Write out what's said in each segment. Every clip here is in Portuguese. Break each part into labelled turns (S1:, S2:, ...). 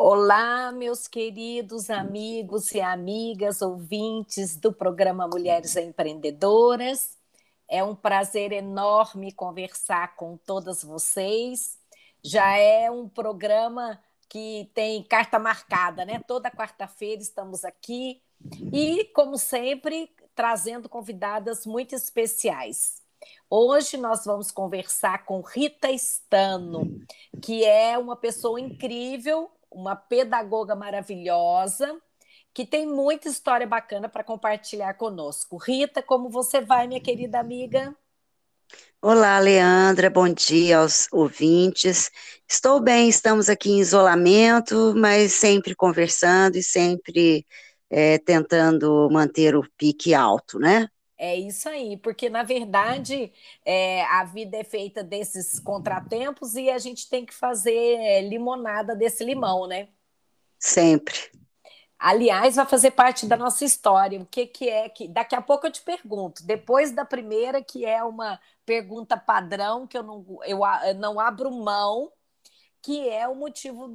S1: Olá, meus queridos amigos e amigas, ouvintes do programa Mulheres Empreendedoras. É um prazer enorme conversar com todas vocês. Já é um programa que tem carta marcada, né? Toda quarta-feira estamos aqui e, como sempre, trazendo convidadas muito especiais. Hoje nós vamos conversar com Rita Stano, que é uma pessoa incrível, uma pedagoga maravilhosa, que tem muita história bacana para compartilhar conosco. Rita, como você vai, minha querida amiga?
S2: Olá, Leandra, bom dia aos ouvintes. Estou bem, estamos aqui em isolamento, mas sempre conversando e sempre tentando manter o pique alto, né?
S1: É isso aí, porque na verdade a vida é feita desses contratempos e a gente tem que fazer limonada desse limão, né?
S2: Sempre.
S1: Aliás, vai fazer parte da nossa história. O que, que é que. Daqui a pouco eu te pergunto. Depois da primeira, que é uma pergunta padrão, que eu não abro mão, que é o motivo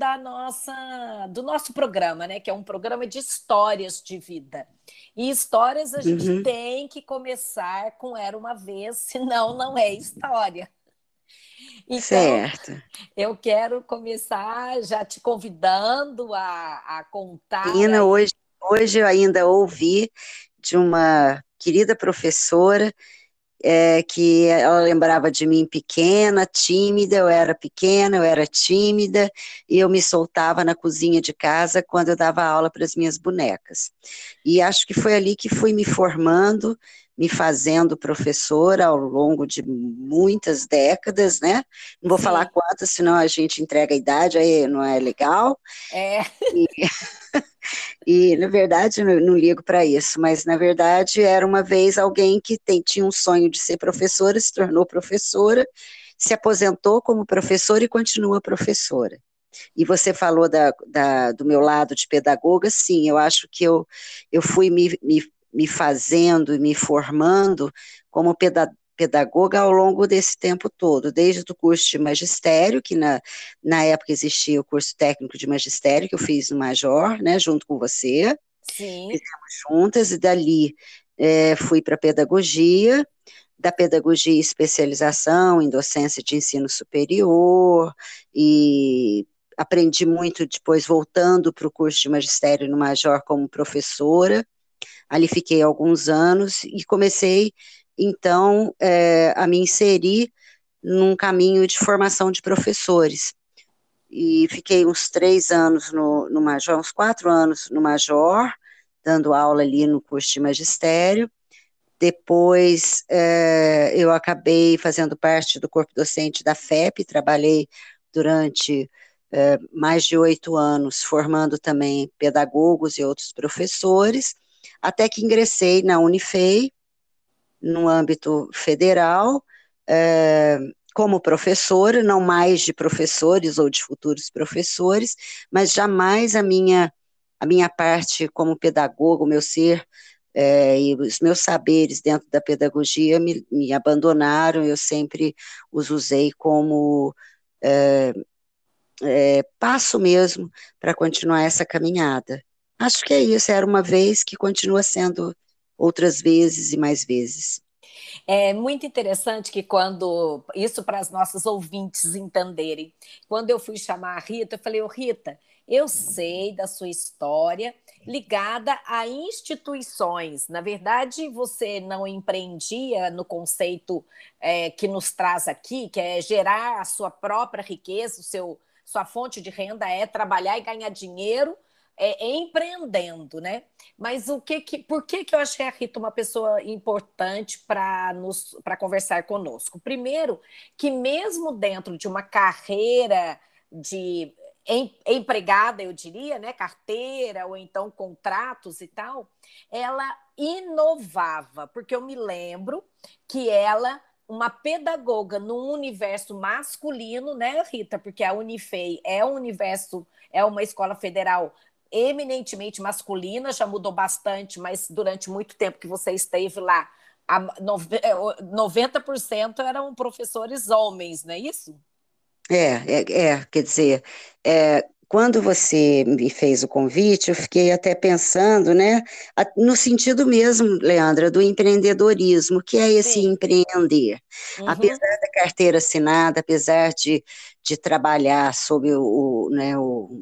S1: do nosso programa, né? Que é um programa de histórias de vida. E histórias a gente
S2: Uhum.
S1: tem que começar com Era uma vez, senão não é história. Então,
S2: Certo.
S1: eu quero começar já te convidando a contar
S2: Menina,
S1: aí.
S2: hoje eu ainda ouvi de uma querida professora que ela lembrava de mim pequena, tímida, eu era pequena, eu era tímida, e eu me soltava na cozinha de casa quando eu dava aula para as minhas bonecas. E acho que foi ali que fui me formando, me fazendo professora ao longo de muitas décadas, né? Não vou falar
S1: Sim,
S2: quantas, senão a gente entrega a idade, aí não é legal.
S1: é.
S2: E, na verdade, não ligo para isso, mas, na verdade, era uma vez alguém que tinha um sonho de ser professora, se tornou professora, se aposentou como professora e continua professora. E você falou do meu lado de pedagoga, sim, eu acho que eu fui me fazendo e me formando como pedagoga ao longo desse tempo todo, desde o curso de magistério, que na época existia o curso técnico de magistério, que eu fiz no Major, né, junto com você,
S1: Sim.
S2: fizemos juntas, e dali fui para pedagogia, da pedagogia e especialização em docência de ensino superior, e aprendi muito depois voltando para o curso de magistério no Major como professora. Ali fiquei alguns anos e comecei, então, a me inserir num caminho de formação de professores. E fiquei uns 3 anos no Major, uns 4 anos no Major, dando aula ali no curso de magistério. Depois, eu acabei fazendo parte do corpo docente da FEP, trabalhei durante mais de 8 anos, formando também pedagogos e outros professores, até que ingressei na Unifei, no âmbito federal, como professora, não mais de professores ou de futuros professores, mas jamais a minha parte como pedagoga, o meu ser e os meus saberes dentro da pedagogia me abandonaram, eu sempre os usei como passo mesmo para continuar essa caminhada. Acho que é isso, era uma vez que continua sendo outras vezes e mais vezes.
S1: É muito interessante que quando, isso para as nossas ouvintes entenderem, quando eu fui chamar a Rita, eu falei, ô Rita, eu sei da sua história ligada a instituições. Na verdade, você não empreendia no conceito que nos traz aqui, que é gerar a sua própria riqueza, sua fonte de renda é trabalhar e ganhar dinheiro empreendendo, né? Mas por que eu achei a Rita uma pessoa importante para conversar conosco? Primeiro, que mesmo dentro de uma carreira de empregada, eu diria, né, carteira ou então contratos e tal, ela inovava, porque eu me lembro que ela uma pedagoga no universo masculino, né, Rita? Porque a Unifei é um universo, é uma escola federal eminentemente masculina, já mudou bastante, mas durante muito tempo que você esteve lá, 90% eram professores homens, não é isso?
S2: Quer dizer, é, quando você me fez o convite, eu fiquei até pensando, né, no sentido mesmo, Leandra, do empreendedorismo, que é esse
S1: Sim.
S2: empreender.
S1: Uhum.
S2: Apesar da carteira assinada, apesar de trabalhar sob né,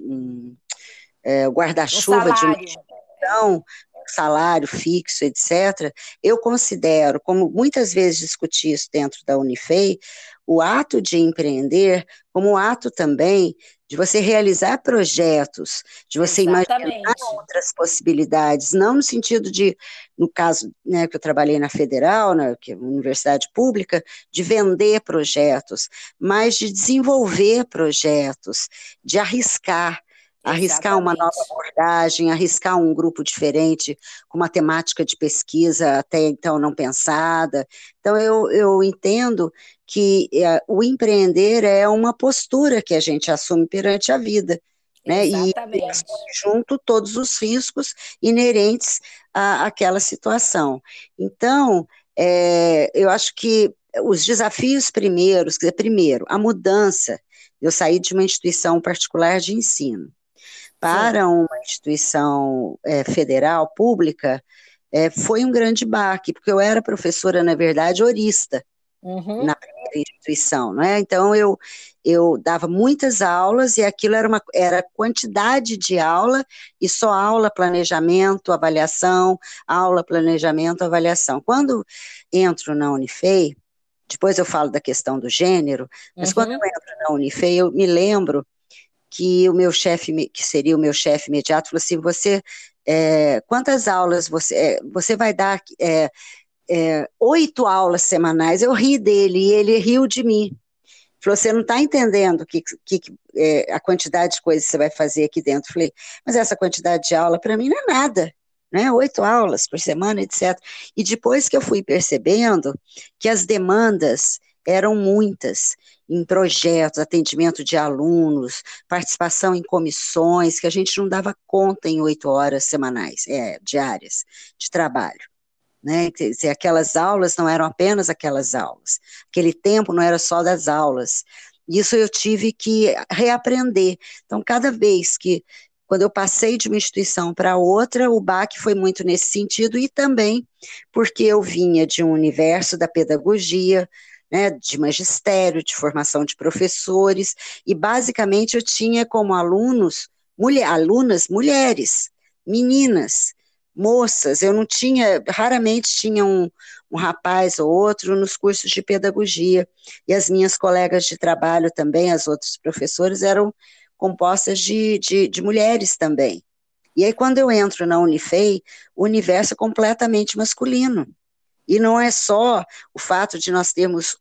S2: o
S1: Um
S2: guarda-chuva de uma
S1: salário. É.
S2: instituição, salário fixo, etc., eu considero, como muitas vezes discuti isso dentro da Unifei, o ato de empreender como um ato também de você realizar projetos, de você imaginar
S1: Exatamente.
S2: outras possibilidades, não no sentido de, no caso, né, que eu trabalhei na Federal, que é uma universidade pública, de vender projetos, mas de desenvolver projetos, de arriscar uma nova
S1: Exatamente.
S2: abordagem, arriscar um grupo diferente, com uma temática de pesquisa até então não pensada. Então, eu entendo que o empreender é uma postura que a gente assume perante a vida, né? E assume
S1: Exatamente.
S2: junto todos os riscos inerentes àquela situação. Então, eu acho que os desafios primeiros, quer dizer, primeiro, a mudança. Eu saí de uma instituição particular de ensino
S1: Sim.
S2: para uma instituição federal, pública, foi um grande baque, porque eu era professora, na verdade, horista
S1: Uhum.
S2: na primeira instituição, não é? Então eu dava muitas aulas e aquilo era quantidade de aula e só aula, planejamento, avaliação, aula, planejamento, avaliação. Quando entro na Unifei, depois eu falo da questão do gênero, mas quando
S1: Uhum.
S2: eu entro na Unifei, eu me lembro que o meu chefe, que seria o meu chefe imediato, falou assim: quantas aulas você vai dar? 8 aulas semanais. Eu ri dele e ele riu de mim. Falou: você não está entendendo a quantidade de coisas que você vai fazer aqui dentro. Falei: mas essa quantidade de aula para mim não é nada. Né, 8 aulas por semana, etc. E depois que eu fui percebendo que as demandas eram muitas, em projetos, atendimento de alunos, participação em comissões, que a gente não dava conta em 8 horas semanais, diárias, de trabalho. Né? Quer dizer, aquelas aulas não eram apenas aquelas aulas, aquele tempo não era só das aulas. Isso eu tive que reaprender. Então, cada vez quando eu passei de uma instituição para outra, o baque foi muito nesse sentido, e também porque eu vinha de um universo da pedagogia, né, de magistério, de formação de professores, e basicamente eu tinha como alunas mulheres, meninas, moças. Eu não tinha, raramente tinha um rapaz ou outro nos cursos de pedagogia, e as minhas colegas de trabalho também, as outras professoras, eram compostas de mulheres também. E aí, quando eu entro na Unifei, o universo é completamente masculino. E não é só o fato de nós termos,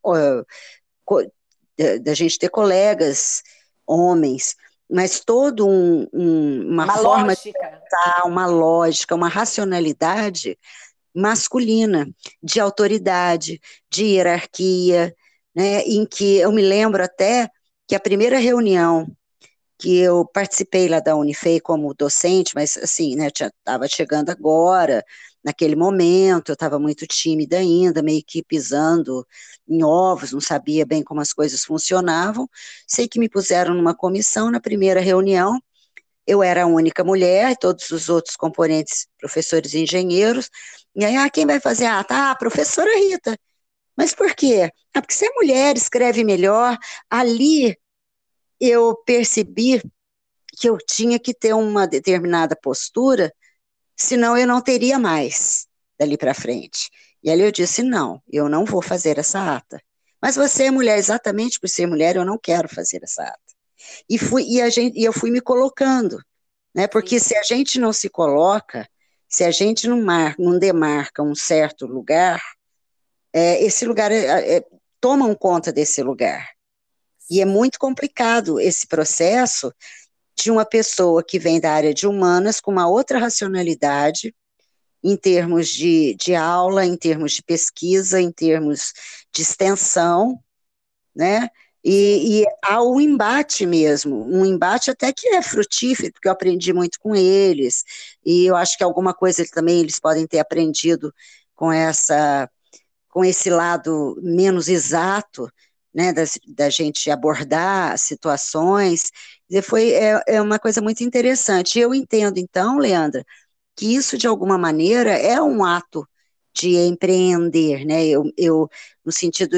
S2: da gente ter colegas homens, mas todo uma
S1: Uma
S2: forma de
S1: lógica.
S2: pensar, uma lógica, uma racionalidade masculina, de autoridade, de hierarquia, né, em que eu me lembro até que a primeira reunião que eu participei lá da Unifei como docente, mas assim, né, estava chegando agora, naquele momento, eu estava muito tímida ainda, meio que pisando em ovos, não sabia bem como as coisas funcionavam. Sei que me puseram numa comissão na primeira reunião, eu era a única mulher, todos os outros componentes, professores e engenheiros, e aí, quem vai fazer? Tá, a professora Rita. Mas por quê? Porque você é mulher, escreve melhor. Ali eu percebi que eu tinha que ter uma determinada postura, senão eu não teria mais dali para frente. E ali eu disse: não, eu não vou fazer essa ata. Mas você é mulher, exatamente por ser mulher, eu não quero fazer essa ata. E eu fui me colocando, né? Porque
S1: Sim.
S2: se a gente não se coloca, se a gente não demarca um certo lugar, esse lugar tomam conta desse lugar. E é muito complicado esse processo de uma pessoa que vem da área de humanas com uma outra racionalidade em termos de aula, em termos de pesquisa, em termos de extensão, né?
S1: Sim.
S2: E há um embate mesmo, um embate até que é frutífero, porque eu aprendi muito com eles, e eu acho que alguma coisa também eles podem ter aprendido com com esse lado menos exato, né, da gente abordar situações, Quer dizer, é uma coisa muito interessante. Eu entendo, então, Leandra, que isso, de alguma maneira, é um ato de empreender, né? No sentido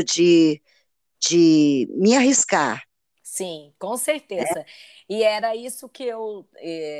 S2: de me arriscar.
S1: Sim, com certeza. E era isso que eu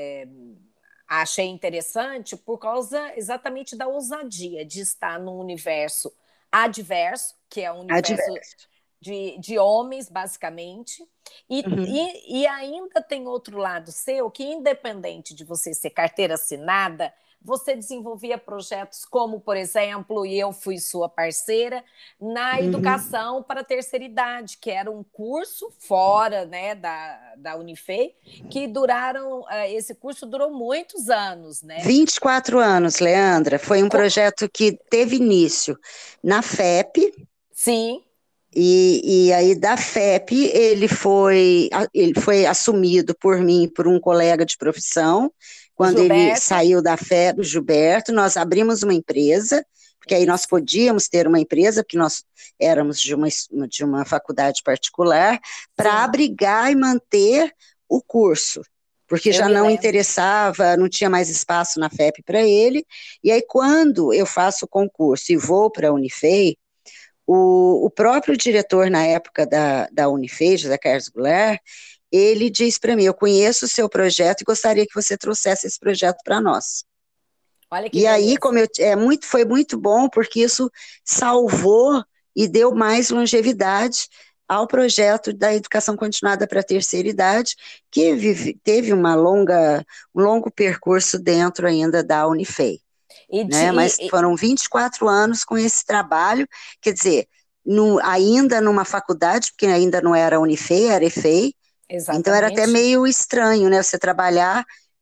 S1: achei interessante por causa exatamente da ousadia de estar num universo adverso, que é um universo
S2: Adverso.
S1: de homens, basicamente,
S2: Uhum,
S1: e ainda tem outro lado seu, que independente de você ser carteira assinada, você desenvolvia projetos como, por exemplo, e eu fui sua parceira, na
S2: uhum.
S1: educação para a terceira idade, que era um curso fora, né, da Unifei, que esse curso durou muitos anos, né?
S2: 24 anos, Leandra. Foi um projeto que teve início na FEP,
S1: Sim,
S2: e aí da FEP ele foi assumido por mim e por um colega de profissão.
S1: o
S2: Quando ele
S1: Gilberto,
S2: saiu da FEP, o Gilberto, nós abrimos uma empresa, porque aí nós
S1: isso,
S2: podíamos ter uma empresa, porque nós éramos de uma faculdade particular, para
S1: sim,
S2: abrigar e manter o curso, porque
S1: eu
S2: já
S1: me
S2: não
S1: lembro.
S2: interessava, não tinha mais espaço na FEP para ele. E aí, quando eu faço o concurso e vou para a Unifei, o próprio diretor, na época da Unifei, José Carlos Goulart, ele diz para mim: eu conheço o seu projeto e gostaria que você trouxesse esse projeto para nós.
S1: Olha que
S2: E aí,
S1: beleza.
S2: foi muito bom, porque isso salvou e deu mais longevidade ao projeto da educação continuada para a terceira idade, que teve um longo percurso dentro ainda da Unifei,
S1: E,
S2: né? Mas foram 24 anos com esse trabalho, quer dizer, ainda numa faculdade, porque ainda não era Unifei, era EFEI, então era até
S1: exatamente.
S2: meio estranho, né? Você trabalhar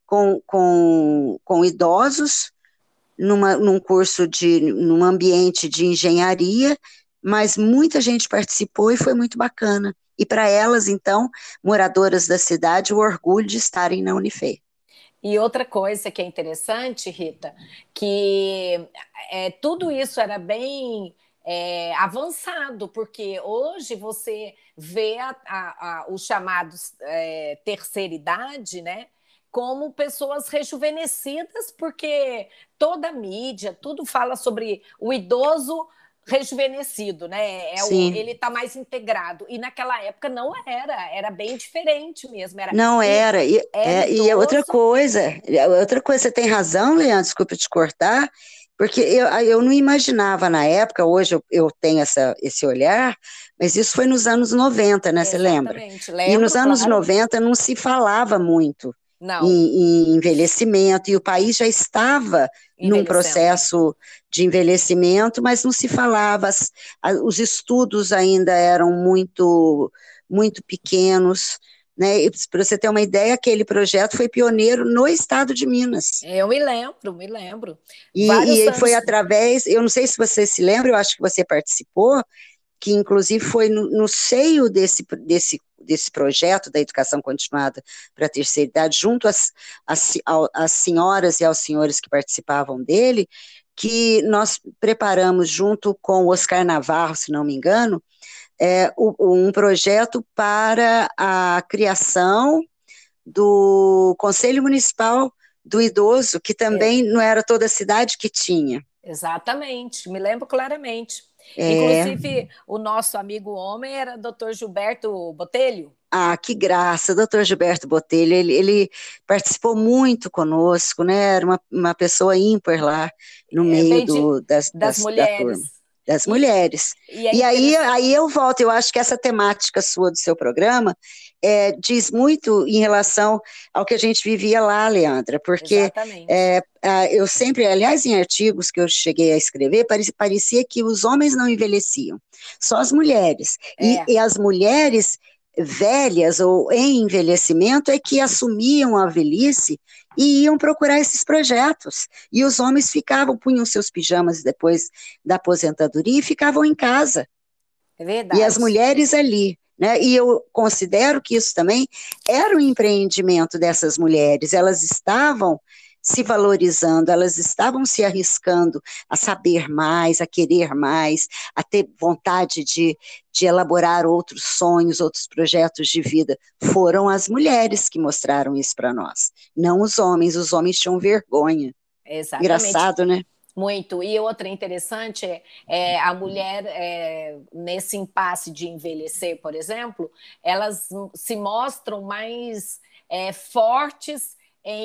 S2: com idosos num ambiente de engenharia, mas muita gente participou e foi muito bacana. E para elas, então, moradoras da cidade, o orgulho de estarem na Unifei.
S1: E outra coisa que é interessante, Rita, que tudo isso era bem avançado, porque hoje você vê os chamados terceira idade, né? Como pessoas rejuvenescidas, porque toda a mídia, tudo fala sobre o idoso rejuvenescido, né? Ele
S2: Sim.
S1: está mais integrado. E naquela época não era bem diferente mesmo.
S2: Não era.
S1: Era
S2: E
S1: idoso.
S2: outra coisa, você tem razão, Leandro, desculpa te cortar, porque eu não imaginava na época, hoje eu tenho esse olhar, mas isso foi nos anos 90, né, você lembra?
S1: Exatamente,
S2: E nos
S1: lembro,
S2: anos
S1: claro.
S2: 90 não se falava muito
S1: Não,
S2: em envelhecimento, e o país já estava num
S1: envelhecendo.
S2: processo de envelhecimento, mas não se falava, os estudos ainda eram muito, muito pequenos, né? Para você ter uma ideia, aquele projeto foi pioneiro no estado de Minas.
S1: Eu me lembro, me lembro.
S2: E
S1: Vários
S2: foi
S1: anos.
S2: através, eu não sei se você se lembra, eu acho que você participou, que inclusive foi no seio desse projeto da educação continuada para a terceira idade, junto às senhoras e aos senhores que participavam dele, que nós preparamos, junto com o Oscar Navarro, se não me engano, um projeto para a criação do Conselho Municipal do Idoso, que
S1: É,
S2: também não era toda a cidade que tinha.
S1: exatamente, me lembro claramente.
S2: É,
S1: Inclusive, o nosso amigo homem era Dr. Gilberto Botelho.
S2: que graça, doutor Gilberto Botelho, ele participou muito conosco, né? Era uma pessoa ímpar lá no meio
S1: Bem das
S2: da turma,
S1: mulheres.
S2: das
S1: E,
S2: mulheres.
S1: e é
S2: E aí,
S1: interessante.
S2: aí eu volto, eu acho que essa temática sua do seu programa diz muito em relação ao que a gente vivia lá, Leandra, porque
S1: Exatamente.
S2: eu sempre, aliás, em artigos que eu cheguei a escrever, parecia que os homens não envelheciam, só as mulheres.
S1: É,
S2: E as mulheres velhas ou em envelhecimento é que assumiam a velhice e iam procurar esses projetos. E os homens punham seus pijamas depois da aposentadoria e ficavam em casa.
S1: é
S2: E as
S1: verdade.
S2: mulheres ali. Né? E eu considero que isso também era um empreendimento dessas mulheres. Elas estavam se valorizando, elas estavam se arriscando a saber mais, a querer mais, a ter vontade de elaborar outros sonhos, outros projetos de vida. Foram as mulheres que mostraram isso para nós, não os homens tinham vergonha.
S1: Exatamente.
S2: Engraçado, né?
S1: Muito. E outra interessante a mulher, nesse impasse de envelhecer, por exemplo, elas se mostram mais fortes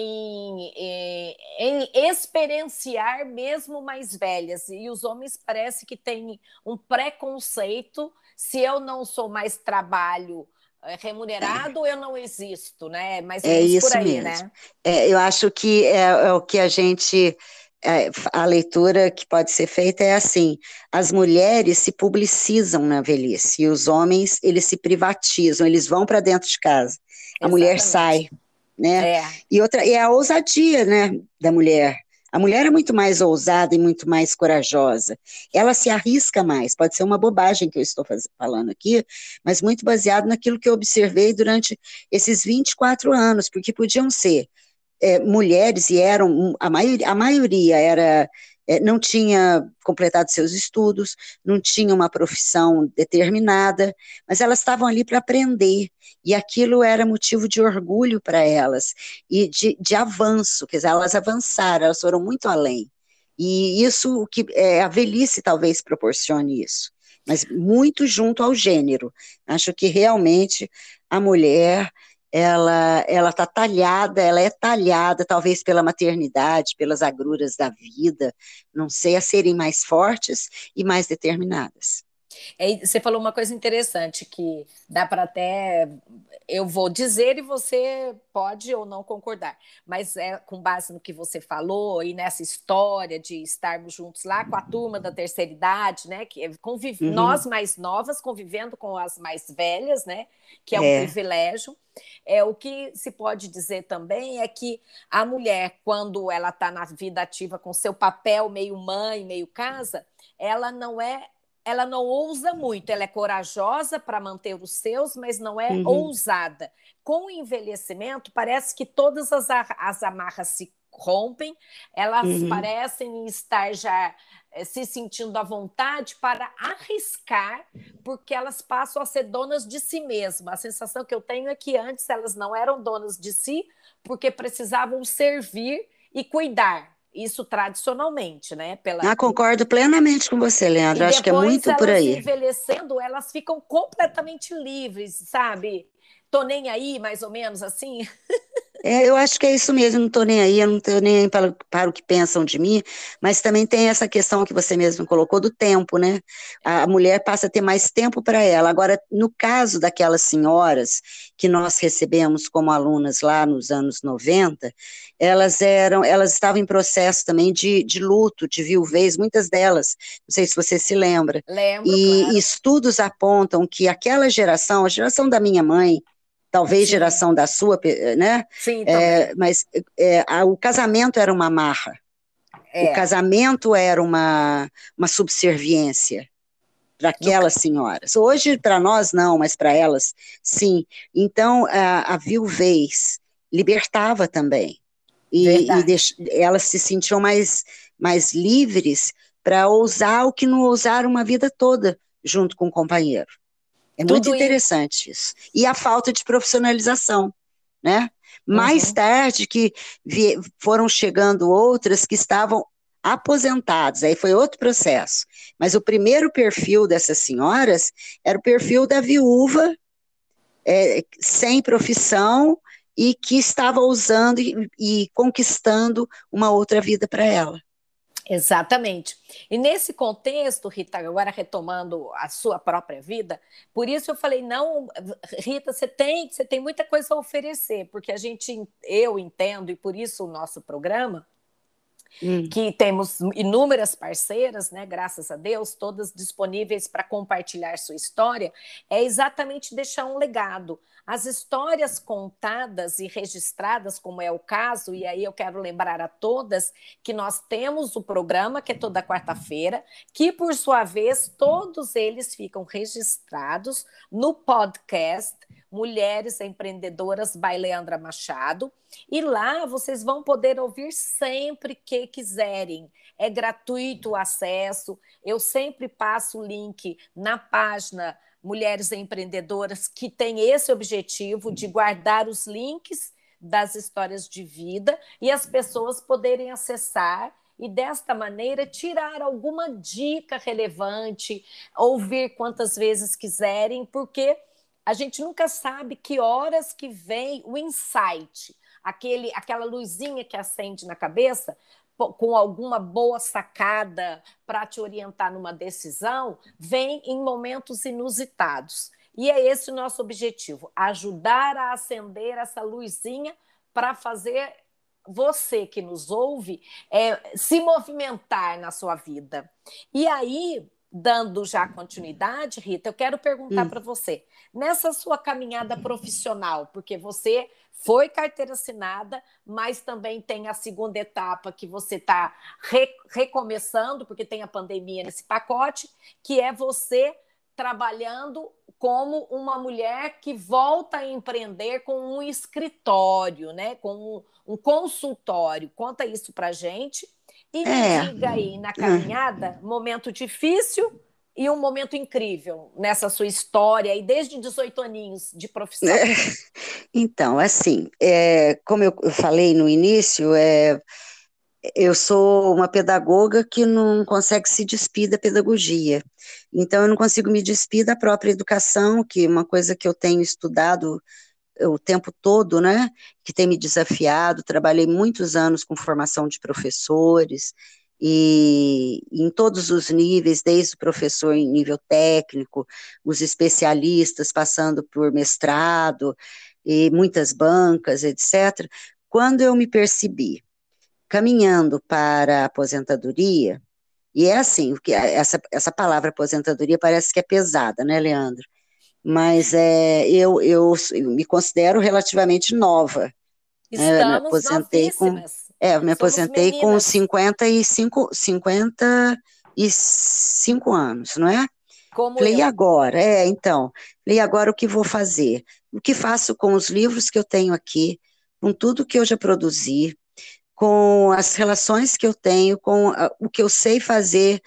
S1: em experienciar mesmo mais velhas. E os homens parece que têm um preconceito: se eu não sou mais trabalho remunerado, eu não existo, né? Mais ou
S2: É
S1: menos por
S2: isso
S1: aí,
S2: mesmo.
S1: né?
S2: Eu acho que é o que a gente. A leitura que pode ser feita é assim: as mulheres se publicizam na velhice e os homens eles se privatizam, eles vão para dentro de casa. A mulher
S1: Exatamente.
S2: sai, né?
S1: É.
S2: E outra é a ousadia, né, da mulher. A mulher é muito mais ousada e muito mais corajosa. Ela se arrisca mais. Pode ser uma bobagem que eu estou falando aqui, mas muito baseado naquilo que eu observei durante esses 24 anos, porque podiam ser mulheres, e eram, a maioria era, não tinha completado seus estudos, não tinha uma profissão determinada, mas elas estavam ali para aprender, e aquilo era motivo de orgulho para elas, e de avanço, quer dizer, elas avançaram, elas foram muito além. E isso, o que a velhice talvez proporcione isso, mas muito junto ao gênero. Acho que realmente a mulher ela tá talhada, ela é talhada talvez pela maternidade, pelas agruras da vida, não sei, a serem mais fortes e mais determinadas.
S1: Você falou uma coisa interessante que dá para até eu vou dizer e você pode ou não concordar, mas com base no que você falou e nessa história de estarmos juntos lá com a turma da terceira idade, né, que
S2: Uhum,
S1: nós mais novas convivendo com as mais velhas, né, que é um
S2: é,
S1: privilégio. O que se pode dizer também é que a mulher, quando ela está na vida ativa com seu papel meio mãe, meio casa, ela não é ela não ousa muito, ela é corajosa para manter os seus, mas não é
S2: uhum,
S1: ousada. Com o envelhecimento, parece que todas as amarras se rompem, elas
S2: uhum.
S1: parecem estar já se sentindo à vontade para arriscar, porque elas passam a ser donas de si mesmas. A sensação que eu tenho é que antes elas não eram donas de si, porque precisavam servir e cuidar. Isso tradicionalmente, né?
S2: Concordo plenamente com você,
S1: E
S2: Leandro, acho que é
S1: depois
S2: muito por
S1: elas
S2: aí.
S1: envelhecendo, elas ficam completamente livres, sabe? Tô nem aí, mais ou menos assim.
S2: Eu acho que é isso mesmo, não estou nem aí, eu não estou nem aí para o que pensam de mim, mas também tem essa questão que você mesmo colocou do tempo, né? A mulher passa a ter mais tempo para ela. Agora, no caso daquelas senhoras que nós recebemos como alunas lá nos anos 90, elas estavam em processo também de luto, de viuvez, muitas delas, não sei se você se lembra,
S1: Lembro,
S2: e
S1: claro.
S2: estudos apontam que aquela geração, a geração da minha mãe, talvez
S1: Sim,
S2: geração da sua, né?
S1: sim, também.
S2: Mas o casamento era uma marra, o
S1: É.
S2: casamento era uma subserviência para
S1: No,
S2: aquelas senhoras. Hoje, para nós, não, mas para elas, sim. Então, a viuvez libertava também,
S1: verdade.
S2: elas se sentiam mais livres para ousar o que não ousaram uma vida toda junto com o companheiro. É muito
S1: Tudo isso.
S2: interessante isso. E a falta de profissionalização, né? Mais
S1: Uhum.
S2: tarde que foram chegando outras que estavam aposentadas, aí foi outro processo. Mas o primeiro perfil dessas senhoras era o perfil da viúva, sem profissão, e que estava usando e conquistando uma outra vida para ela.
S1: Exatamente. E nesse contexto, Rita, agora retomando a sua própria vida, por isso eu falei, não, Rita, você tem muita coisa a oferecer, porque eu entendo, e por isso o nosso programa,
S2: Hum.
S1: que temos inúmeras parceiras, né, graças a Deus, todas disponíveis para compartilhar sua história, é exatamente deixar um legado. As histórias contadas e registradas, como é o caso, e aí eu quero lembrar a todas que nós temos o programa, que é toda quarta-feira, que por sua vez todos eles ficam registrados no podcast. Mulheres Empreendedoras by Leandra Machado. E lá vocês vão poder ouvir sempre que quiserem. É gratuito o acesso. Eu sempre passo o link na página Mulheres Empreendedoras, que tem esse objetivo de guardar os links das histórias de vida e as pessoas poderem acessar e, desta maneira, tirar alguma dica relevante, ouvir quantas vezes quiserem, porque a gente nunca sabe que horas que vem o insight, aquela luzinha que acende na cabeça, com alguma boa sacada para te orientar numa decisão, vem em momentos inusitados. E é esse o nosso objetivo, ajudar a acender essa luzinha para fazer você que nos ouve se movimentar na sua vida. E aí, dando já continuidade, Rita, eu quero perguntar para você, nessa sua caminhada profissional, porque você foi carteira assinada, mas também tem a segunda etapa que você está recomeçando, porque tem a pandemia nesse pacote, que é você trabalhando como uma mulher que volta a empreender com um escritório, né? Com um consultório. Conta isso para a gente e me diga aí, na caminhada, momento difícil e um momento incrível nessa sua história, e desde 18 aninhos de profissão.
S2: Então, assim, como eu falei no início, eu sou uma pedagoga que não consegue se despir da pedagogia. Então, eu não consigo me despir da própria educação, que é uma coisa que eu tenho estudado o tempo todo, né? Que tem me desafiado. Trabalhei muitos anos com formação de professores, e em todos os níveis, desde o professor em nível técnico, os especialistas, passando por mestrado, e muitas bancas, etc. Quando eu me percebi caminhando para a aposentadoria, e é assim, essa palavra aposentadoria parece que é pesada, né, Leandro? Mas eu me considero relativamente nova. Me
S1: Estamos
S2: aposentei
S1: novíssimas.
S2: me
S1: Somos
S2: aposentei com
S1: meninas.
S2: 55 anos, não é?
S1: Como
S2: Falei, e
S1: eu.
S2: agora? Então, falei, agora o que vou fazer? O que faço com os livros que eu tenho aqui, com tudo que eu já produzi, com as relações que eu tenho, com o que eu sei fazer,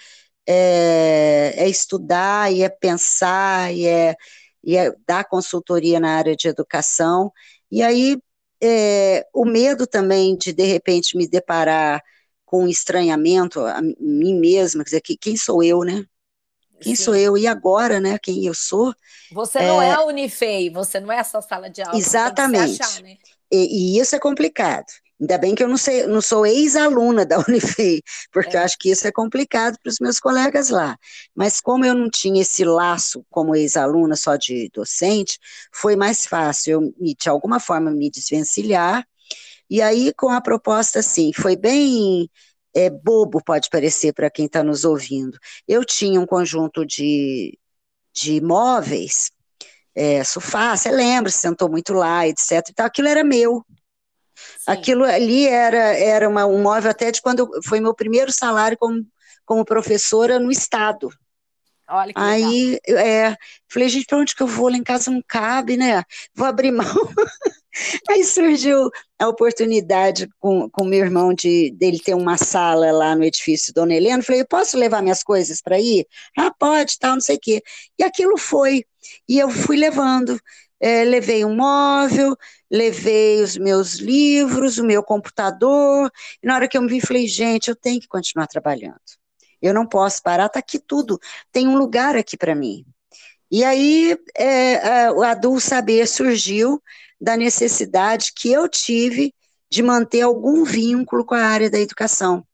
S2: estudar, e é pensar, e é dar consultoria na área de educação. E aí, o medo também de repente, me deparar com um estranhamento a mim mesma, quer dizer, quem sou eu, né? Quem sou
S1: Sim.
S2: eu? E agora, né? Quem eu sou?
S1: Você não é a Unifei, você não é essa sala de aula, você tem que se achar,
S2: Exatamente.
S1: né?
S2: E isso é complicado. Ainda bem que eu não sou ex-aluna da Unifei, porque eu acho que isso é complicado para os meus colegas lá. Mas como eu não tinha esse laço como ex-aluna só de docente, foi mais fácil eu, de alguma forma, me desvencilhar. E aí, com a proposta, assim, foi bem bobo, pode parecer para quem está nos ouvindo. Eu tinha um conjunto de móveis, sofá, você lembra, você sentou muito lá, etc. E tal, aquilo era meu.
S1: Sim.
S2: Aquilo ali era um móvel até de quando foi meu primeiro salário como professora no Estado.
S1: Olha que legal.
S2: Aí, falei, gente, para onde que eu vou? Lá em casa não cabe, né? Vou abrir mão. Aí surgiu a oportunidade com meu irmão dele ter uma sala lá no edifício Dona Helena. Falei, eu posso levar minhas coisas para ir? Ah, pode, tal, não sei o quê. E aquilo foi. E eu fui levando. Levei um móvel, levei os meus livros, o meu computador. E na hora que eu me vi, falei, gente, eu tenho que continuar trabalhando. Eu não posso parar, está aqui tudo. Tem um lugar aqui para mim. E aí, o Adul Saber surgiu da necessidade que eu tive de manter algum vínculo com a área da educação.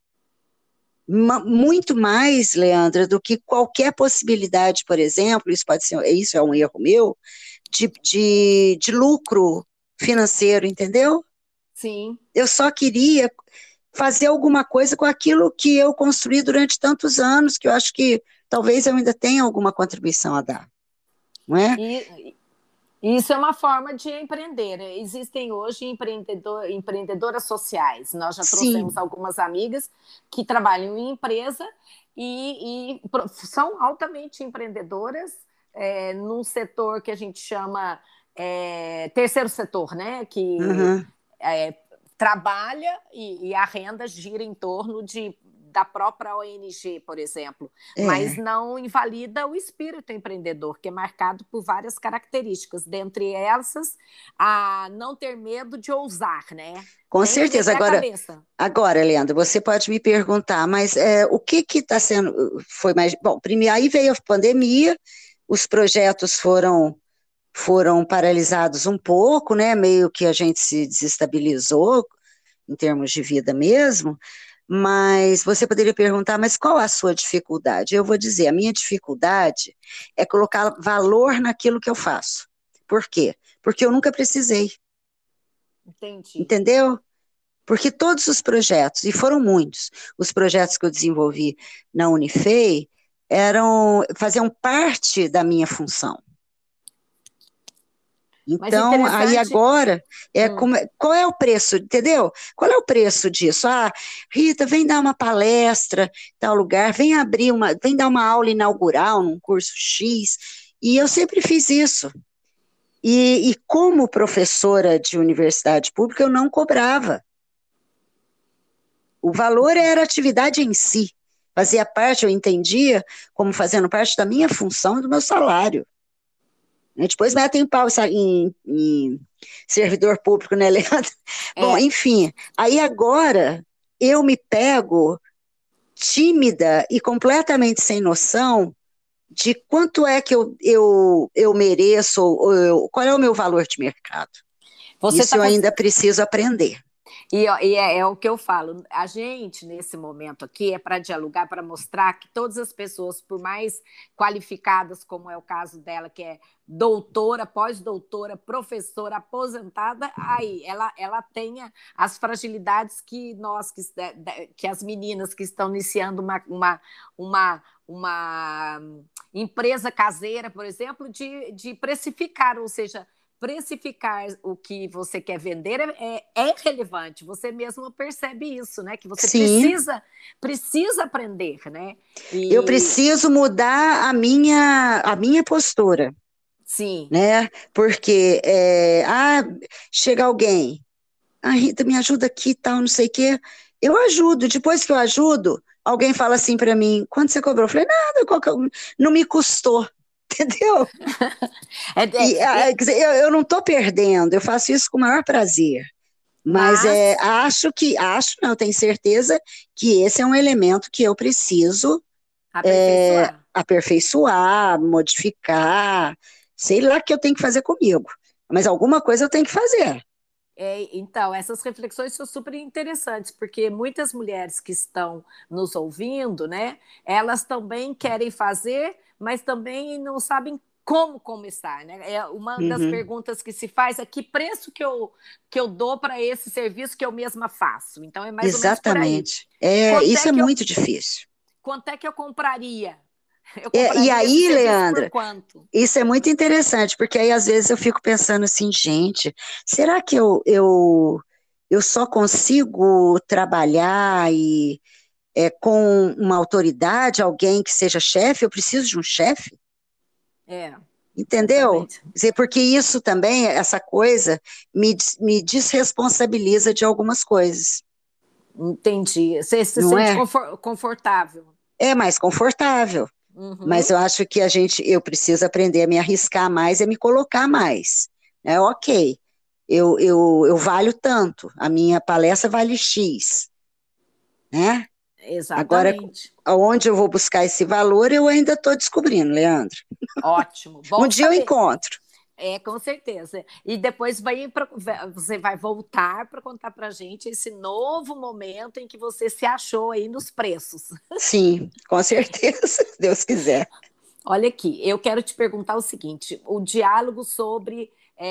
S2: Muito mais, Leandra, do que qualquer possibilidade, por exemplo, isso é um erro meu, de lucro financeiro, entendeu?
S1: Sim.
S2: Eu só queria fazer alguma coisa com aquilo que eu construí durante tantos anos, que eu acho que talvez eu ainda tenha alguma contribuição a dar, não é?
S1: E isso é uma forma de empreender. Existem hoje empreendedoras sociais. Nós já trouxemos
S2: Sim,
S1: algumas amigas que trabalham em empresa e são altamente empreendedoras num setor que a gente chama terceiro setor, né? Que
S2: Uhum.
S1: é, trabalha e a renda gira em torno da própria ONG, por exemplo, mas
S2: É.
S1: não invalida o espírito empreendedor, que é marcado por várias características, dentre essas, a não ter medo de ousar, né?
S2: Com
S1: Tem que
S2: certeza.
S1: meter a
S2: Agora,
S1: cabeça.
S2: Leandro, você pode me perguntar, mas o que está sendo, foi mais, bom, primeiro, aí veio a pandemia, os projetos foram paralisados um pouco, né, meio que a gente se desestabilizou em termos de vida mesmo, mas você poderia perguntar, mas qual a sua dificuldade? Eu vou dizer, a minha dificuldade é colocar valor naquilo que eu faço. Por quê? Porque eu nunca precisei,
S1: Entendi.
S2: entendeu? Porque todos os projetos, e foram muitos, os projetos que eu desenvolvi na Unifei faziam parte da minha função.
S1: Mas
S2: Então, aí
S1: interessante.
S2: agora,
S1: Hum,
S2: qual é o preço, entendeu? Qual é o preço disso? Ah, Rita, vem dar uma palestra em tal lugar, vem dar uma aula inaugural num curso X, e eu sempre fiz isso. E como professora de universidade pública, eu não cobrava. O valor era a atividade em si. Fazia parte, eu entendia, como fazendo parte da minha função e do meu salário. Né? Depois metem pau em servidor público, né, Leandro? Bom,
S1: é,
S2: enfim, aí agora eu me pego tímida e completamente sem noção de quanto é que eu mereço, qual é o meu valor de mercado.
S1: você
S2: Isso
S1: está
S2: eu ainda preciso aprender.
S1: E é o que eu falo, a gente, nesse momento aqui, é para dialogar, para mostrar que todas as pessoas, por mais qualificadas, como é o caso dela, que é doutora, pós-doutora, professora, aposentada, aí ela tenha as fragilidades que nós, que as meninas que estão iniciando uma empresa caseira, por exemplo, de precificar, ou seja, precificar o que você quer vender é relevante. Você mesmo percebe isso, né? Que você
S2: Sim,
S1: precisa aprender, né?
S2: eu
S1: E
S2: preciso mudar a minha postura,
S1: sim,
S2: né? Porque chega alguém, Rita, me ajuda aqui e tal, não sei o quê. Eu ajudo. Depois que eu ajudo, alguém fala assim para mim: quanto você cobrou? Eu falei: nada, não me custou. Entendeu?
S1: é,
S2: Quer dizer, eu não estou perdendo, eu faço isso com o maior prazer. Mas
S1: mas
S2: não, tenho certeza que esse é um elemento que eu preciso
S1: aperfeiçoar.
S2: aperfeiçoar, modificar, sei lá o que eu tenho que fazer comigo. Mas alguma coisa eu tenho que fazer.
S1: Então, essas reflexões são super interessantes, porque muitas mulheres que estão nos ouvindo, né, elas também querem fazer, mas também não sabem como começar, né? É uma das
S2: Uhum.
S1: perguntas que se faz é que preço que eu dou para esse serviço que eu mesma faço. Então, é mais ou menos por aí.
S2: Exatamente.
S1: Quanto
S2: Isso
S1: é
S2: é
S1: que eu,
S2: muito difícil.
S1: quanto é que eu compraria? Eu
S2: E
S1: compraria esse
S2: aí,
S1: serviço por
S2: Leandra,
S1: quanto?
S2: isso é muito interessante, porque aí às vezes eu fico pensando assim, gente, será que eu só consigo trabalhar com uma autoridade, alguém que seja chefe? Eu preciso de um chefe?
S1: É,
S2: Entendeu?
S1: exatamente.
S2: Quer dizer, porque isso também, essa coisa, me desresponsabiliza de algumas coisas,
S1: Entendi. Você se
S2: não
S1: sente
S2: é?
S1: confortável.
S2: É mais confortável. Mas
S1: Uhum.
S2: eu acho que eu preciso aprender a me arriscar mais e a me colocar mais. É ok, eu valho tanto, a minha palestra vale X, né? Agora,
S1: Exatamente.
S2: aonde eu vou buscar esse valor, eu ainda estou descobrindo, Leandro.
S1: Ótimo.
S2: Um
S1: Bom
S2: dia eu
S1: saber.
S2: encontro.
S1: Com certeza. E depois você vai voltar para contar para a gente esse novo momento em que você se achou aí nos preços.
S2: Sim, com certeza, se Deus quiser.
S1: Olha aqui, eu quero te perguntar o seguinte: o diálogo sobre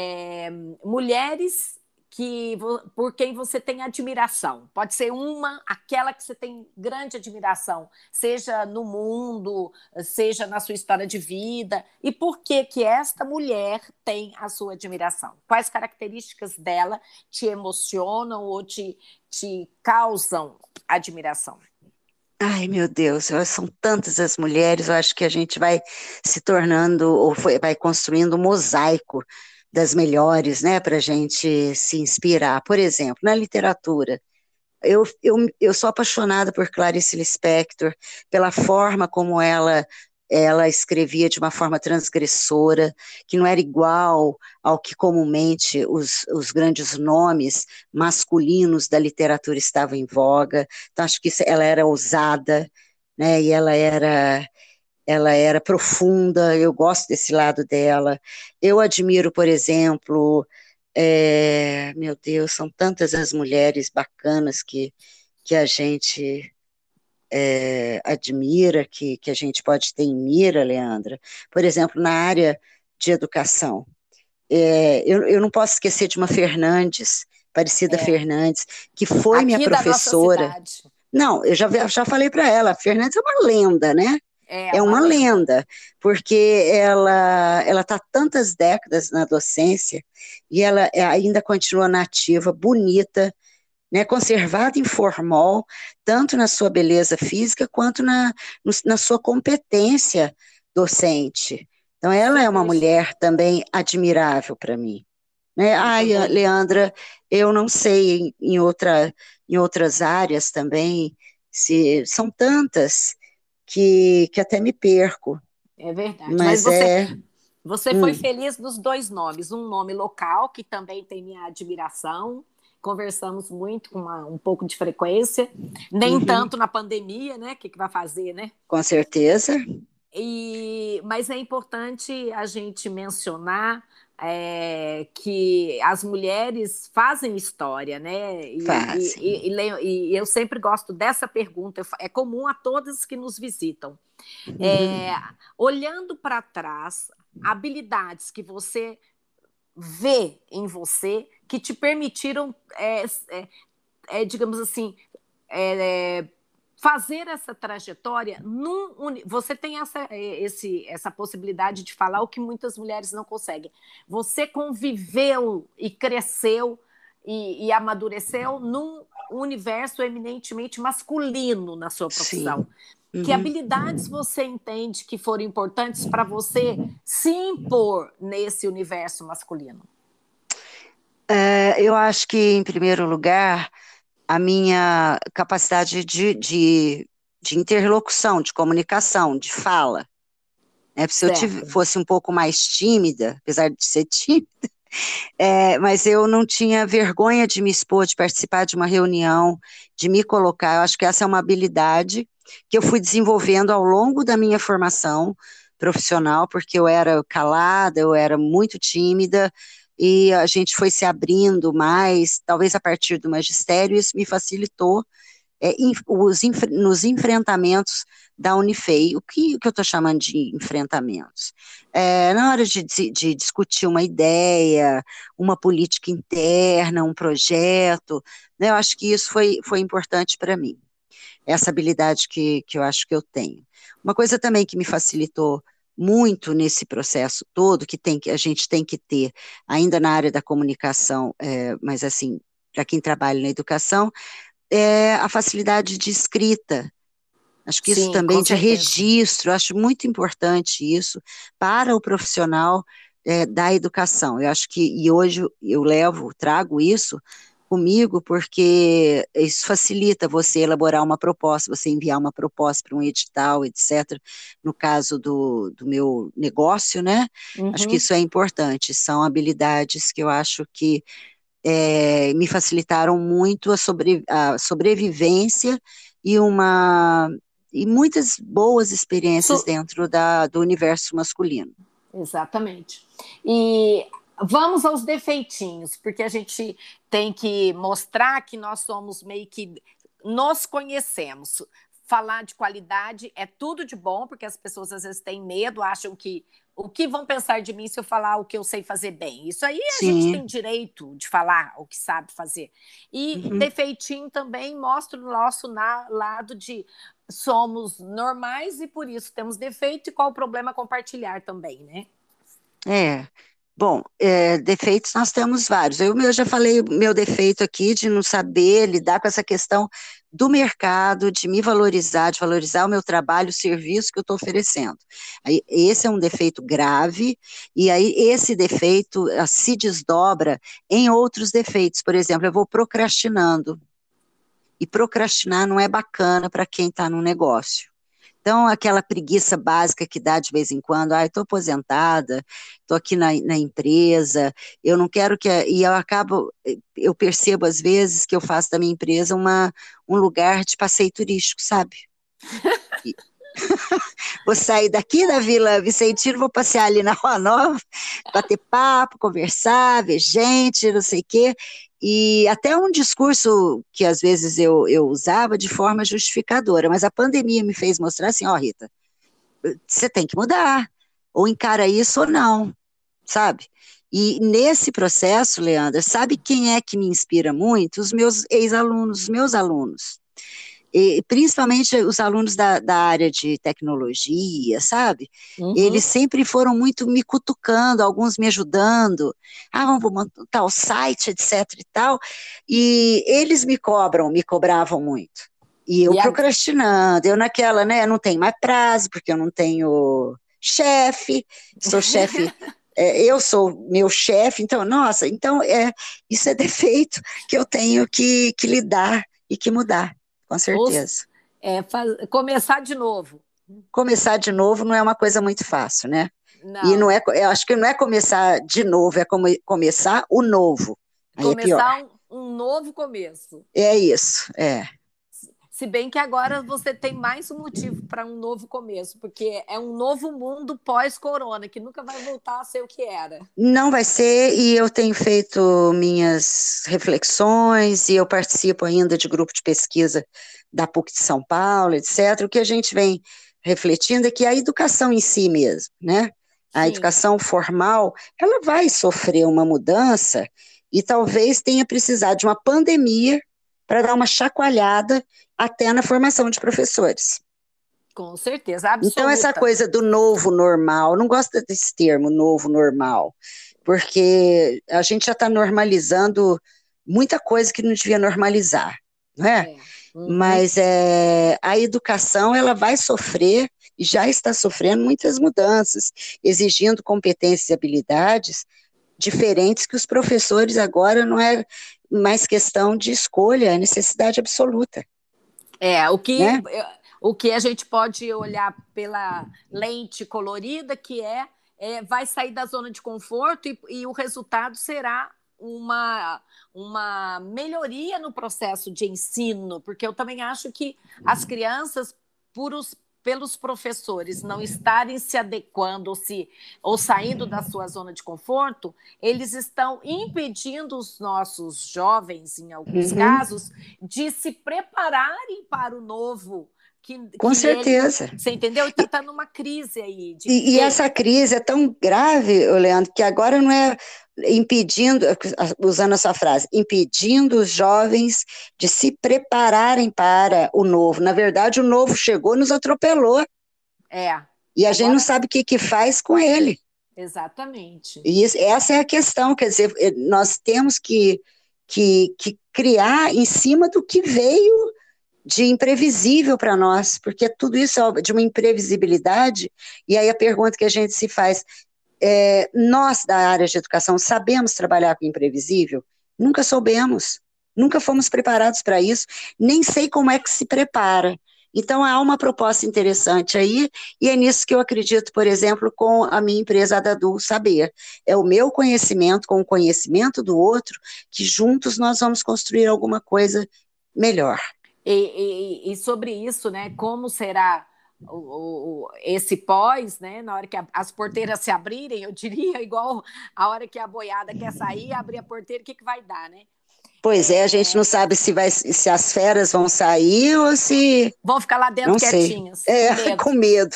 S1: mulheres por quem você tem admiração. Pode ser aquela que você tem grande admiração, seja no mundo, seja na sua história de vida. E por que que esta mulher tem a sua admiração? Quais características dela te emocionam ou te causam admiração?
S2: Ai, meu Deus, são tantas as mulheres, eu acho que a gente vai se tornando, vai construindo um mosaico das melhores, né, para a gente se inspirar. Por exemplo, na literatura, eu sou apaixonada por Clarice Lispector, pela forma como ela escrevia de uma forma transgressora, que não era igual ao que comumente os grandes nomes masculinos da literatura estavam em voga. Então, acho que ela era ousada, né, e ela era profunda, eu gosto desse lado dela. Eu admiro, por exemplo, meu Deus, são tantas as mulheres bacanas que a gente admira, que a gente pode ter em mira, Leandra. Por exemplo, na área de educação. Eu não posso esquecer de uma Fernandes, Aparecida
S1: É,
S2: Fernandes, que foi minha
S1: aqui da nossa
S2: professora.
S1: cidade.
S2: Não, eu já falei para ela, a Fernandes é uma lenda, né?
S1: É
S2: É
S1: uma
S2: uma
S1: lenda.
S2: lenda, porque ela está tantas décadas na docência e ela ainda continua nativa, bonita, né, conservada em formol, tanto na sua beleza física quanto na sua competência docente. Então, ela é uma
S1: Super
S2: mulher
S1: chique.
S2: também admirável para mim. Né?
S1: Muito
S2: Ai,
S1: bonita.
S2: Leandra, eu não sei em outras áreas também, se são tantas que até me perco,
S1: É verdade. Mas
S2: mas
S1: você foi
S2: hum,
S1: feliz nos dois nomes. Um nome local, que também tem minha admiração. Conversamos muito com um pouco de frequência. Nem
S2: uhum,
S1: tanto na pandemia, né? O que vai fazer, né?
S2: com certeza,
S1: Mas é importante a gente mencionar que as mulheres fazem história, né?
S2: fazem.
S1: E eu sempre gosto dessa pergunta, é comum a todas que nos visitam. É,
S2: Uhum.
S1: olhando para trás, habilidades que você vê em você que te permitiram, digamos assim, é, fazer essa trajetória você tem essa possibilidade de falar o que muitas mulheres não conseguem. Você conviveu e cresceu e amadureceu num universo eminentemente masculino na sua profissão.
S2: Sim.
S1: Que
S2: Uhum.
S1: habilidades você entende que foram importantes para você se impor nesse universo masculino?
S2: Eu acho que, em primeiro lugar, a minha capacidade de interlocução, de comunicação, de fala. Né? Se eu
S1: Certo.
S2: fosse um pouco mais tímida, apesar de ser tímida, mas eu não tinha vergonha de me expor, de participar de uma reunião, de me colocar. Eu acho que essa é uma habilidade que eu fui desenvolvendo ao longo da minha formação profissional, porque eu era calada, eu era muito tímida, e a gente foi se abrindo mais, talvez a partir do magistério, isso me facilitou nos enfrentamentos da Unifei. O que eu estou chamando de enfrentamentos? Na hora de discutir uma ideia, uma política interna, um projeto, né, eu acho que isso foi importante para mim, essa habilidade que eu acho que eu tenho. Uma coisa também que me facilitou muito nesse processo todo, que a gente tem que ter, ainda na área da comunicação, mas assim, para quem trabalha na educação, é a facilidade de escrita. Acho que isso
S1: Sim, com
S2: também de
S1: certeza.
S2: registro, acho muito importante isso para o profissional da educação. Eu acho que, e hoje eu trago isso comigo, porque isso facilita você elaborar uma proposta, você enviar uma proposta para um edital, etc. No caso do meu negócio, né? Acho que
S1: Uhum.
S2: isso é importante, são habilidades que eu acho que me facilitaram muito a sobrevivência e e muitas boas experiências
S1: Su-
S2: dentro do universo masculino.
S1: Exatamente. E vamos aos defeitinhos, porque a gente tem que mostrar que nós somos meio que nos conhecemos. Falar de qualidade é tudo de bom, porque as pessoas às vezes têm medo, acham que o que vão pensar de mim se eu falar o que eu sei fazer bem. Isso aí a gente
S2: Sim.
S1: tem direito de falar o que sabe fazer. E
S2: Uhum.
S1: defeitinho também mostra o nosso lado de somos normais e por isso temos defeito, e qual o problema compartilhar também, né?
S2: É. Bom, defeitos nós temos vários. Eu já falei o meu defeito aqui de não saber lidar com essa questão do mercado, de me valorizar, de valorizar o meu trabalho, o serviço que eu estou oferecendo. Aí, esse é um defeito grave, e aí esse defeito se desdobra em outros defeitos. Por exemplo, eu vou procrastinando, e procrastinar não é bacana para quem está no negócio. Então, aquela preguiça básica que dá de vez em quando, estou aposentada, estou aqui na empresa, eu não quero que... E eu percebo às vezes que eu faço da minha empresa um lugar de passeio turístico, sabe? E vou sair daqui da Vila Vicentino, vou passear ali na Rua Nova, bater papo, conversar, ver gente, não sei o quê, e até um discurso que às vezes eu usava de forma justificadora, mas a pandemia me fez mostrar assim, Rita, você tem que mudar, ou encara isso ou não, sabe? E nesse processo, Leandra, sabe quem é que me inspira muito? Os meus ex-alunos, os meus alunos. E principalmente os alunos da área de tecnologia, sabe?
S1: Uhum.
S2: Eles sempre foram muito me cutucando, alguns me ajudando, vamos montar o site, etc e tal, e eles me cobravam muito, e eu
S1: E a,
S2: procrastinando, eu naquela, né, não tenho mais prazo, porque eu não tenho chefe, sou chefe, eu sou meu chefe, então, nossa, então isso é defeito que eu tenho que lidar e que mudar. Com
S1: os,
S2: certeza.
S1: começar de novo.
S2: Começar de novo não é uma coisa muito fácil, né? E não
S1: Não.
S2: é, eu acho que não é começar de novo, é começar o novo. Aí é pior.
S1: Começar um novo começo.
S2: É isso, é.
S1: Se bem que agora você tem mais um motivo para um novo começo, porque é um novo mundo pós-corona, que nunca vai voltar a ser o que era.
S2: Não vai ser, e eu tenho feito minhas reflexões, e eu participo ainda de grupo de pesquisa da PUC de São Paulo, etc. O que a gente vem refletindo é que a educação em si mesmo, né? A
S1: Sim.
S2: educação formal, ela vai sofrer uma mudança e talvez tenha precisado de uma pandemia para dar uma chacoalhada até na formação de professores.
S1: Com certeza,
S2: Então, essa
S1: absoluta.
S2: coisa do novo normal, não gosto desse termo, novo normal, porque a gente já está normalizando muita coisa que não devia normalizar, não é?
S1: É. Uhum.
S2: Mas a educação, ela vai sofrer, e já está sofrendo muitas mudanças, exigindo competências e habilidades diferentes que os professores agora não é mais questão de escolha, é necessidade absoluta,
S1: É,
S2: né?
S1: o que a gente pode olhar pela lente colorida, vai sair da zona de conforto e o resultado será uma melhoria no processo de ensino, porque eu também acho que as crianças, por pelos professores não estarem se adequando ou saindo da sua zona de conforto, eles estão impedindo os nossos jovens, em alguns
S2: Uhum,
S1: casos, de se prepararem para o novo
S2: com
S1: que ele.
S2: certeza.
S1: Você entendeu? Está tá numa crise aí.
S2: E essa crise é tão grave, Leandro, que agora não é impedindo, usando a sua frase, impedindo os jovens de se prepararem para o novo. Na verdade, o novo chegou, nos atropelou,
S1: É.
S2: e a gente não
S1: Agora,
S2: sabe o que faz com ele.
S1: exatamente.
S2: E essa é a questão, quer dizer, nós temos que criar em cima do que veio de imprevisível para nós, porque tudo isso é de uma imprevisibilidade, e aí a pergunta que a gente se faz, nós da área de educação sabemos trabalhar com imprevisível? Nunca soubemos, nunca fomos preparados para isso, nem sei como é que se prepara. Então há uma proposta interessante aí, e é nisso que eu acredito, por exemplo, com a minha empresa Adadu Saber. É o meu conhecimento com o conhecimento do outro, que juntos nós vamos construir alguma coisa melhor.
S1: E sobre isso, né? Como será esse pós, né? Na hora que as porteiras se abrirem, eu diria, igual a hora que a boiada quer sair, abrir a porteira, o que vai dar, né?
S2: Pois é, a gente não sabe se as feras vão sair ou se...
S1: Vão ficar lá dentro
S2: Não sei.
S1: quietinhas, com medo.
S2: Com medo,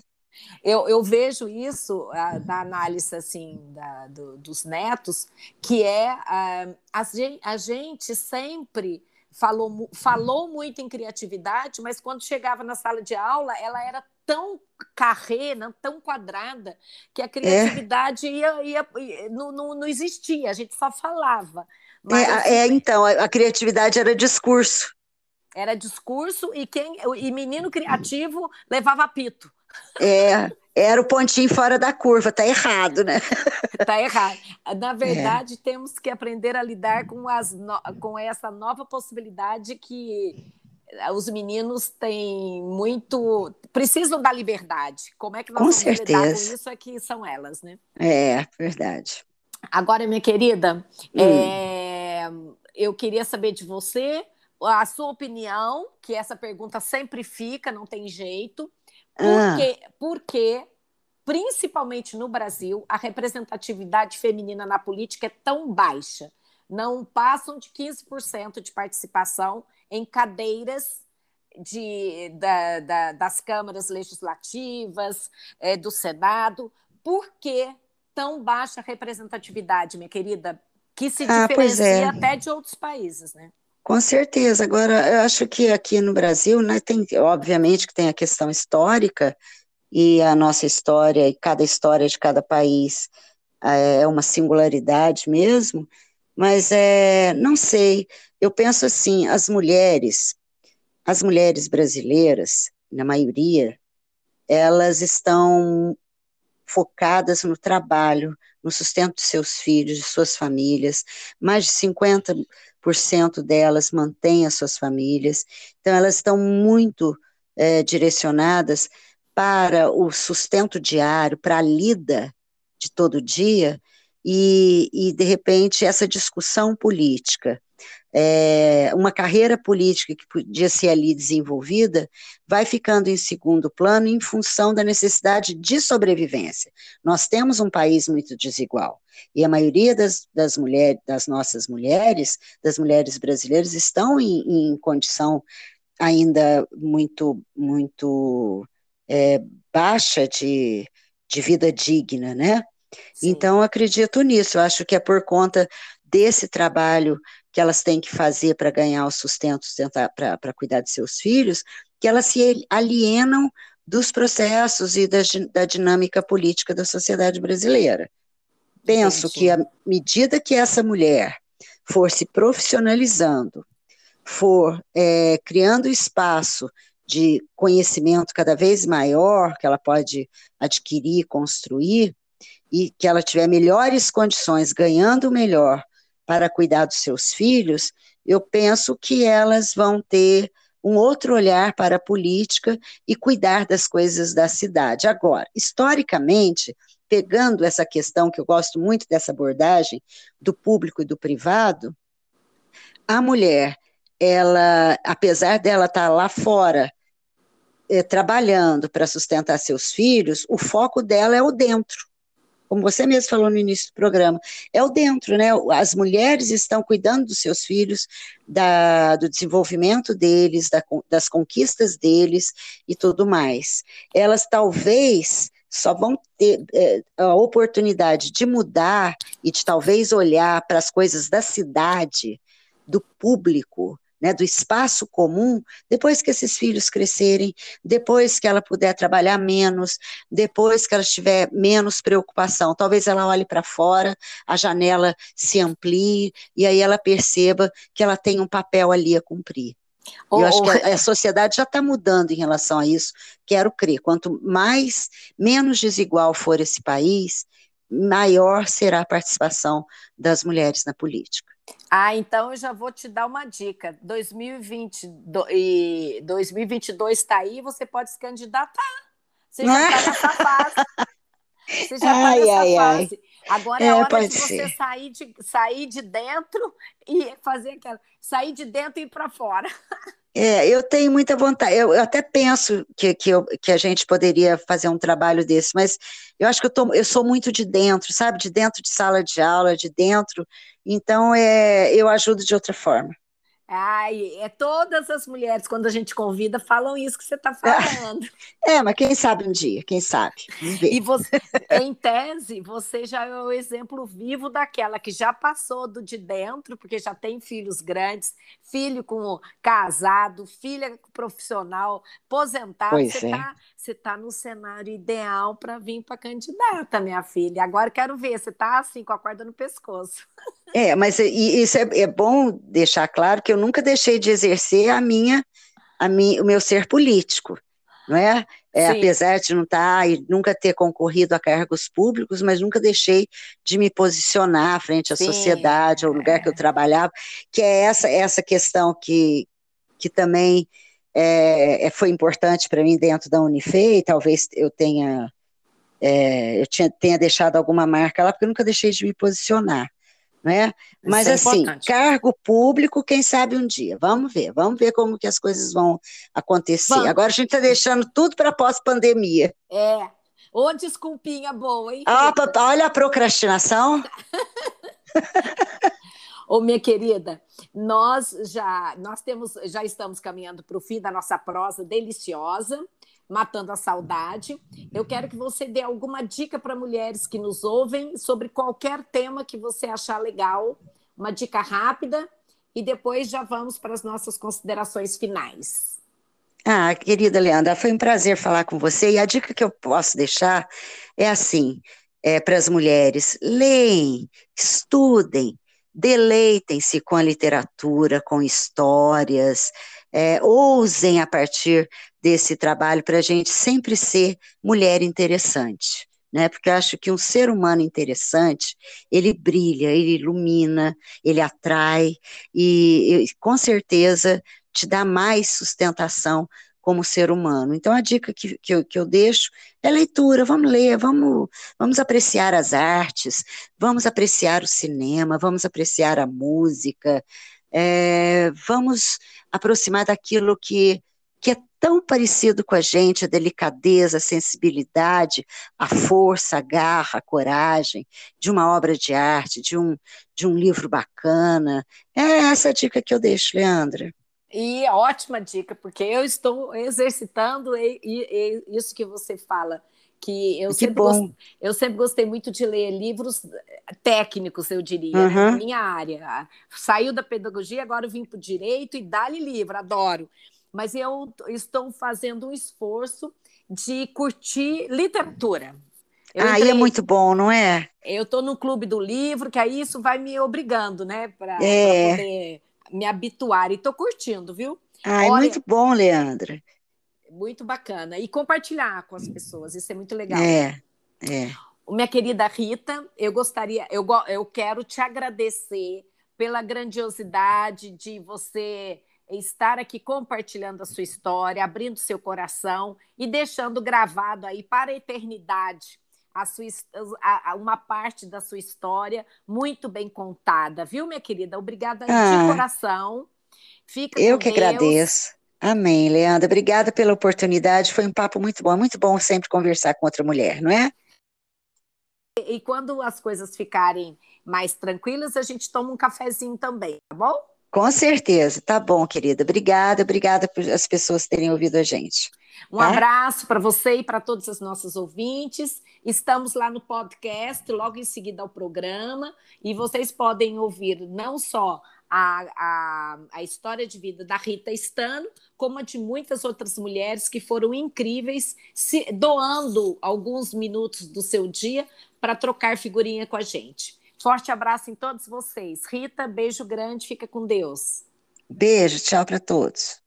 S1: Eu vejo isso na análise assim dos netos, que a gente sempre falou muito em criatividade, mas quando chegava na sala de aula, ela era tão carrena, tão quadrada, que a
S2: é.
S1: criatividade não existia, a gente só falava. Mas
S2: Então, a criatividade era discurso.
S1: Era discurso e menino criativo levava apito.
S2: Era o pontinho fora da curva, tá errado, né?
S1: Está errado. Na
S2: É,
S1: verdade, temos que aprender a lidar com essa nova possibilidade que os meninos têm muito. Precisam da liberdade. Como é que nós
S2: com
S1: vamos lidar com
S2: certeza.
S1: isso? É que são elas, né?
S2: Verdade.
S1: Agora, minha querida,
S2: Hum.
S1: eu queria saber de você a sua opinião, que essa pergunta sempre fica, não tem jeito.
S2: Ah,
S1: Por que principalmente no Brasil, a representatividade feminina na política é tão baixa. Não passam de 15% de participação em cadeiras das câmaras legislativas, do Senado. Por que tão baixa representatividade, minha querida? Que se
S2: pois é,
S1: diferencia até de outros países, né?
S2: com certeza. Agora, eu acho que aqui no Brasil, né, tem, obviamente que tem a questão histórica, e a nossa história, e cada história de cada país é uma singularidade mesmo, mas não sei, eu penso assim, as mulheres brasileiras, na maioria, elas estão focadas no trabalho, no sustento de seus filhos, de suas famílias. Mais de 50% delas mantêm as suas famílias. Então, elas estão muito direcionadas para o sustento diário, para a lida de todo dia, de repente, essa discussão política, uma carreira política que podia ser ali desenvolvida, vai ficando em segundo plano em função da necessidade de sobrevivência. Nós temos um país muito desigual, e a maioria das mulheres, das nossas mulheres, das mulheres brasileiras, estão em condição ainda muito baixa de vida digna, né?
S1: Sim.
S2: Então, acredito nisso. Eu acho que é por conta desse trabalho que elas têm que fazer para ganhar o sustento, para cuidar de seus filhos, que elas se alienam dos processos e da dinâmica política da sociedade brasileira. Penso que,
S1: Entendi.
S2: à medida que essa mulher for se profissionalizando, for criando espaço de conhecimento cada vez maior que ela pode adquirir, construir, e que ela tiver melhores condições, ganhando melhor para cuidar dos seus filhos, eu penso que elas vão ter um outro olhar para a política e cuidar das coisas da cidade. Agora, historicamente, pegando essa questão, que eu gosto muito dessa abordagem, do público e do privado, a mulher, ela, apesar dela estar lá fora, trabalhando para sustentar seus filhos, o foco dela é o dentro, como você mesmo falou no início do programa, é o dentro, né? As mulheres estão cuidando dos seus filhos, do desenvolvimento deles, das conquistas deles e tudo mais. Elas talvez só vão ter a oportunidade de mudar e de talvez olhar para as coisas da cidade, do público, né, do espaço comum, depois que esses filhos crescerem, depois que ela puder trabalhar menos, depois que ela tiver menos preocupação. Talvez ela olhe para fora, a janela se amplie, e aí ela perceba que ela tem um papel ali a cumprir. E eu acho
S1: Ô,
S2: que a sociedade já está mudando em relação a isso, quero crer. Quanto menos desigual for esse país, maior será a participação das mulheres na política.
S1: então eu já vou te dar uma dica. 2022 está aí, você pode se candidatar. Você já está nessa fase. Você já está
S2: Ai,
S1: nessa
S2: ai, ai.
S1: fase. Agora é a hora
S2: Pode
S1: de você
S2: ser.
S1: sair de dentro e fazer aquela. Sair de dentro e ir para fora.
S2: Eu tenho muita vontade. Eu até penso que a gente poderia fazer um trabalho desse, mas eu acho que eu sou muito de dentro, sabe? De dentro de sala de aula, de dentro. Então, eu ajudo de outra forma.
S1: Ai, todas as mulheres, quando a gente convida, falam isso que você está falando.
S2: Mas quem sabe um dia, quem sabe? Vamos ver.
S1: E você, em tese, você já é o exemplo vivo daquela que já passou do de dentro, porque já tem filhos grandes, filho com casado, filha profissional, aposentado.
S2: Pois é.
S1: Você tá no cenário ideal para vir para candidata, minha filha. Agora eu quero ver, você está assim, com a corda no pescoço.
S2: Mas isso é bom deixar claro que eu nunca deixei de exercer o meu ser político, não é?
S1: Sim,
S2: Apesar de não estar e nunca ter concorrido a cargos públicos, mas nunca deixei de me posicionar frente à
S1: sim.
S2: sociedade, ao lugar que eu trabalhava, que é essa questão que também foi importante para mim dentro da Unifei, e talvez tenha deixado alguma marca lá, porque eu nunca deixei de me posicionar, né?
S1: Isso
S2: Mas
S1: é
S2: assim,
S1: importante.
S2: cargo público, quem sabe um dia. Vamos ver como que as coisas vão acontecer.
S1: Vamos.
S2: Agora a gente está deixando tudo para pós-pandemia.
S1: É. Ô, desculpinha boa, hein,
S2: Ah,
S1: Rita?
S2: olha a procrastinação.
S1: Ô, minha querida, já estamos caminhando para o fim da nossa prosa deliciosa, matando a saudade. Eu quero que você dê alguma dica para mulheres que nos ouvem sobre qualquer tema que você achar legal, uma dica rápida, e depois já vamos para as nossas considerações finais.
S2: Ah, querida Leandra, foi um prazer falar com você. E a dica que eu posso deixar é assim, para as mulheres: leem, estudem, deleitem-se com a literatura, com histórias, ousem a partir desse trabalho para a gente sempre ser mulher interessante. Né? Porque eu acho que um ser humano interessante, ele brilha, ele ilumina, ele atrai, e com certeza te dá mais sustentação como ser humano. Então, a dica que eu deixo é leitura. Vamos ler, vamos apreciar as artes, vamos apreciar o cinema, vamos apreciar a música, vamos aproximar daquilo que é tão parecido com a gente, a delicadeza, a sensibilidade, a força, a garra, a coragem de uma obra de arte, de um livro bacana. É essa a dica que eu deixo, Leandra.
S1: E ótima dica, porque eu estou exercitando isso que você fala, que
S2: Que bom.
S1: eu sempre gostei muito de ler livros técnicos, eu diria, né, na
S2: Uhum.
S1: minha área. Saiu da pedagogia, agora eu vim para o direito e dá-lhe livro, adoro. Mas eu estou fazendo um esforço de curtir literatura. Eu
S2: Aí é
S1: entrei,
S2: muito bom, não é?
S1: eu estou no clube do livro, que aí isso vai me obrigando, né, para
S2: É.
S1: poder me habituar. E estou curtindo, viu?
S2: Ai,
S1: Olha,
S2: muito bom, Leandra.
S1: muito bacana. E compartilhar com as pessoas, isso é muito legal.
S2: É, é.
S1: Minha querida Rita, eu quero te agradecer pela grandiosidade de você estar aqui compartilhando a sua história, abrindo seu coração e deixando gravado aí para a eternidade a sua, uma parte da sua história muito bem contada, viu, minha querida? Obrigada de
S2: Ah,
S1: coração. Fica
S2: eu
S1: com
S2: que
S1: Deus.
S2: agradeço. Amém, Leandra. Obrigada pela oportunidade. Foi um papo muito bom. É muito bom sempre conversar com outra mulher, não é?
S1: E quando as coisas ficarem mais tranquilas, a gente toma um cafezinho também, tá bom?
S2: Com certeza. Tá bom, querida. Obrigada por as pessoas terem ouvido a gente,
S1: Um
S2: tá?
S1: abraço para você e para todos os nossos ouvintes. Estamos lá no podcast, logo em seguida ao programa, e vocês podem ouvir não só a história de vida da Rita Stano, como a de muitas outras mulheres que foram incríveis, doando alguns minutos do seu dia para trocar figurinha com a gente. Forte abraço em todos vocês. Rita, beijo grande, fica com Deus.
S2: Beijo, tchau para todos.